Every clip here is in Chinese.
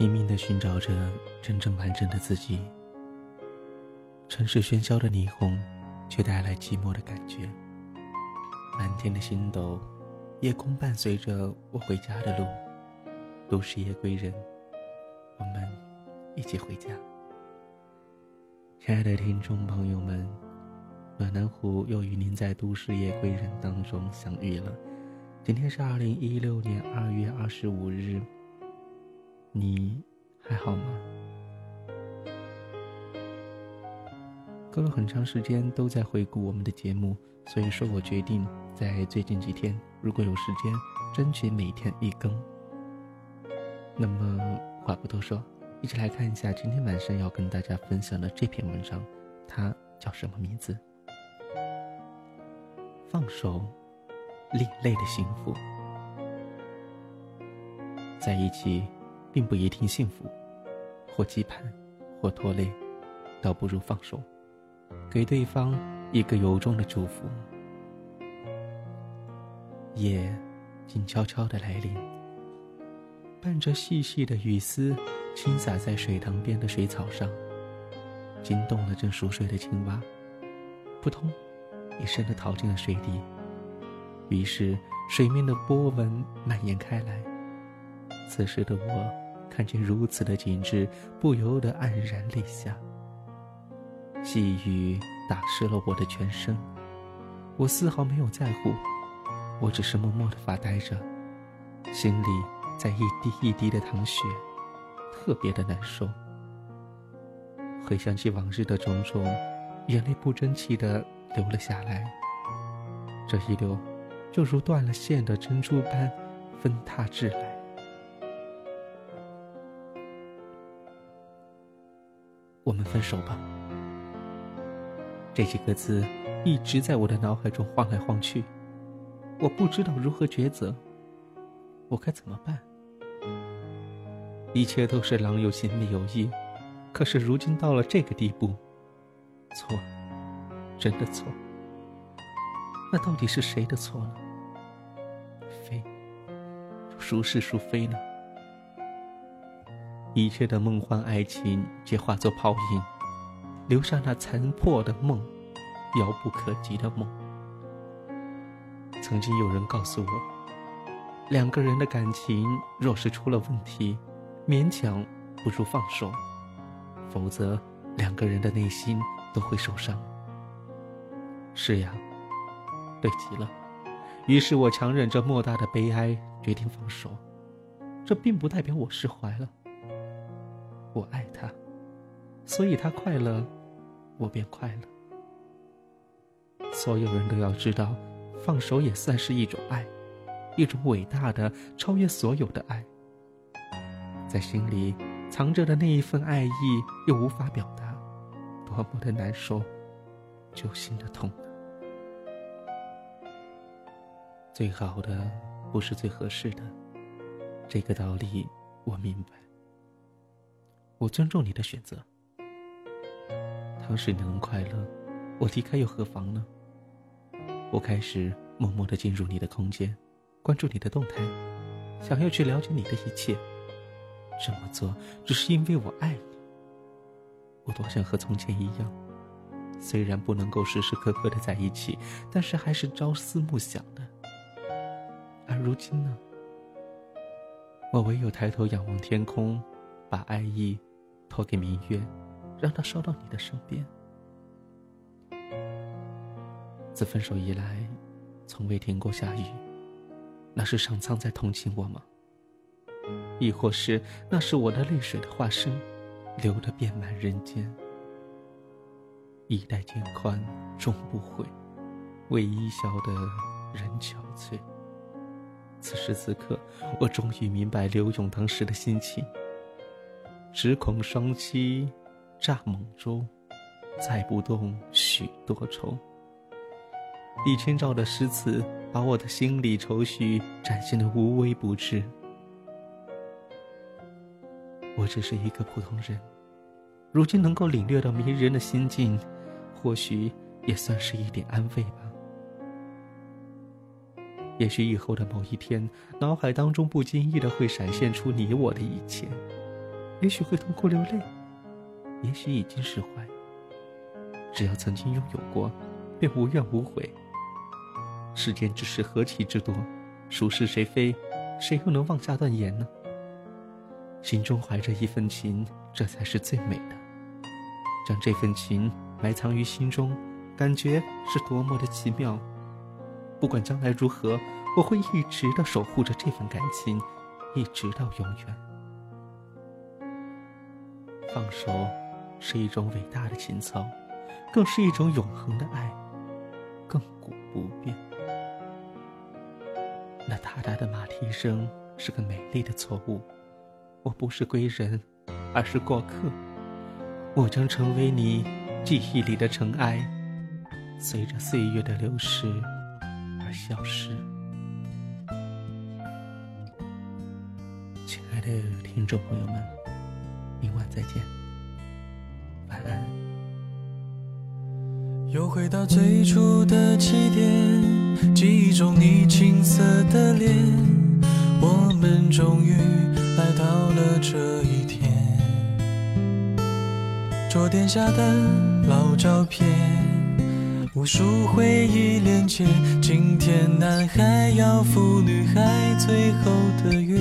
拼命地寻找着真正完整的自己。城市喧嚣的霓虹却带来寂寞的感觉，满天的星斗，夜空伴随着我回家的路。都市夜归人，我们一起回家。亲爱的听众朋友们，暖南湖又与您在都市夜归人当中相遇了。今天是2016年2月25日，你还好吗？隔了很长时间都在回顾我们的节目，所以说我决定在最近几天，如果有时间，争取每天一更。那么话不多说，一起来看一下今天晚上要跟大家分享的这篇文章，它叫什么名字？放手，另类的幸福。在一起并不一定幸福，或期盼，或拖累，倒不如放手，给对方一个由衷的祝福。夜静悄悄地来临，伴着细细的雨丝倾洒在水塘边的水草上，惊动了正熟睡的青蛙，扑通一声地逃进了水底。于是水面的波纹蔓延开来，此时的我看见如此的景致，不由得黯然泪下。细雨打湿了我的全身，我丝毫没有在乎，我只是默默地发呆着，心里在一滴一滴的淌血，特别的难受。回想起往日的种种，眼泪不争气地流了下来，这一流就如断了线的珍珠般纷沓至来。我们分手吧，这几个字一直在我的脑海中晃来晃去，我不知道如何抉择，我该怎么办？一切都是郎有情妹有意，可是如今到了这个地步，错，真的错。那到底是谁的错呢？非，孰是孰非呢？一切的梦幻爱情皆化作泡影，留下那残破的梦，遥不可及的梦。曾经有人告诉我，两个人的感情若是出了问题，勉强不如放手，否则两个人的内心都会受伤。是呀，对极了。于是我强忍着莫大的悲哀，决定放手。这并不代表我释怀了，我爱他，所以他快乐，我便快乐。所有人都要知道，放手也算是一种爱，一种伟大的超越所有的爱。在心里藏着的那一份爱意又无法表达，多么的难受，揪心的痛啊。最好的不是最合适的，这个道理我明白。我尊重你的选择，倘使你能快乐，我离开又何妨呢？我开始默默地进入你的空间，关注你的动态，想要去了解你的一切。这么做只是因为我爱你。我多想和从前一样，虽然不能够时时刻刻的在一起，但是还是朝思暮想的。而如今呢，我唯有抬头仰望天空，把爱意托给明月，让它烧到你的身边。自分手以来，从未停过下雨，那是上苍在同情我吗？亦或是那是我的泪水的化身，流得遍满人间。衣带渐宽终不悔，为伊消的人憔悴。此时此刻，我终于明白刘永当时的心情。只恐双栖蚱蜢舟，载不动许多愁。李清照的诗词把我的心里愁绪展现得无微不至。我只是一个普通人，如今能够领略到迷人的心境，或许也算是一点安慰吧。也许以后的某一天，脑海当中不经意的会闪现出你我的一切， 也许会痛哭流泪，也许已经释怀。只要曾经拥有过，便无怨无悔。世间之事何其之多，孰是谁非，谁又能妄下断言呢？心中怀着一份情，这才是最美的。将这份情埋藏于心中，感觉是多么的奇妙。不管将来如何，我会一直地守护着这份感情，一直到永远。放手是一种伟大的情操，更是一种永恒的爱，亘古不变。那哒哒的马蹄声是个美丽的错误，我不是归人，而是过客。我将成为你记忆里的尘埃，随着岁月的流逝而消失。亲爱的听众朋友们，明晚再见，晚安。 又回到最初的起点，记忆中你青涩的脸，我们终于来到了这一天。桌垫下的老照片，无数回忆连接，今天男孩要赴女孩最后的约。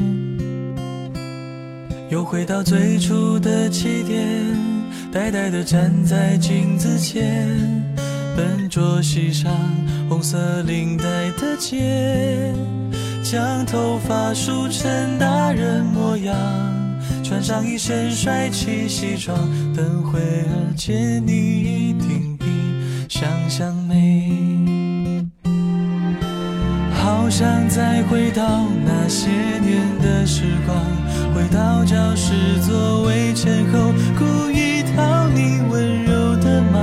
又回到最初的起点，呆呆地站在镜子前，笨拙系上红色领带的结，将头发梳成大人模样，穿上一身帅气西装，等会儿见你一定比想象美。好想再回到那些年的时光，回到教室座位前后，故意讨你温柔的骂。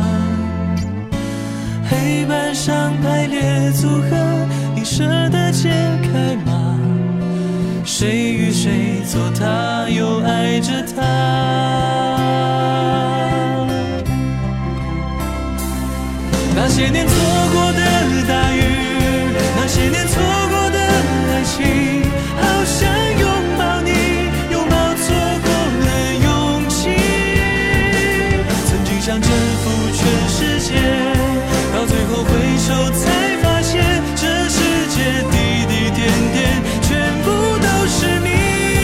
黑板上排列组合，你舍得解开吗？谁与谁做他，又爱着他。那些年错过的大雨，那些年错过的爱情，好想拥抱你，拥抱错过的勇气。曾经想征服全世界，到最后回首才发现，这世界滴滴点点全部都是你。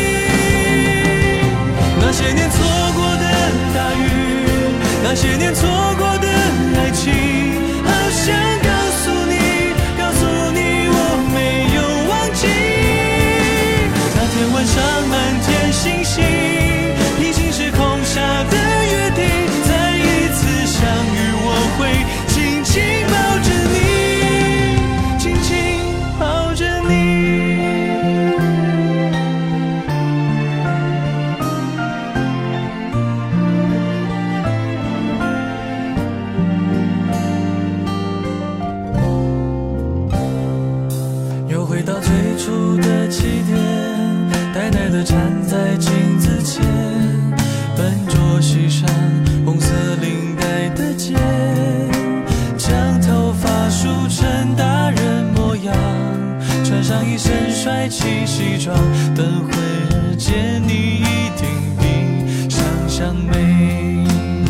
那些年错过的大雨，那些年错过的爱情，好想告诉你，告诉你我没有忘记。那天晚上满天星星，平行时空下的约定，再一次相遇我会紧紧抱着你，紧紧抱着你。又回到最初的起点，呆呆地站在镜子前，笨拙系上红色领带的结，将头发梳成大人模样，穿上一身帅气西装，等会儿见你一定比想象美。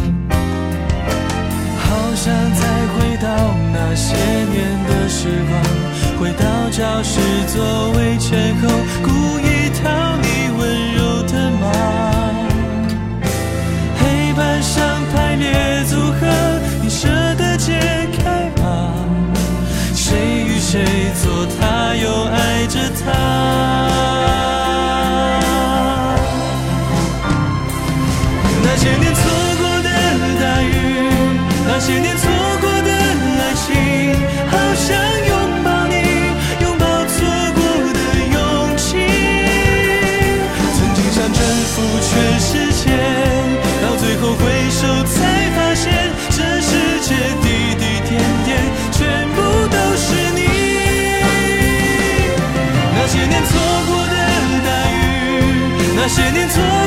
好想再回到那些年的时光，回到教室座位前后，故意讨你温柔的骂。黑板上排列组合，你舍得解开吗？谁与谁做他，又爱着他。那些年错过的大雨，那些年错过的爱情，好想拥抱你，拥抱错过的勇气。曾经想征服全世界，到最后回首才发现，这世界滴滴点点全部都是你。那些年错过的大雨，那些年错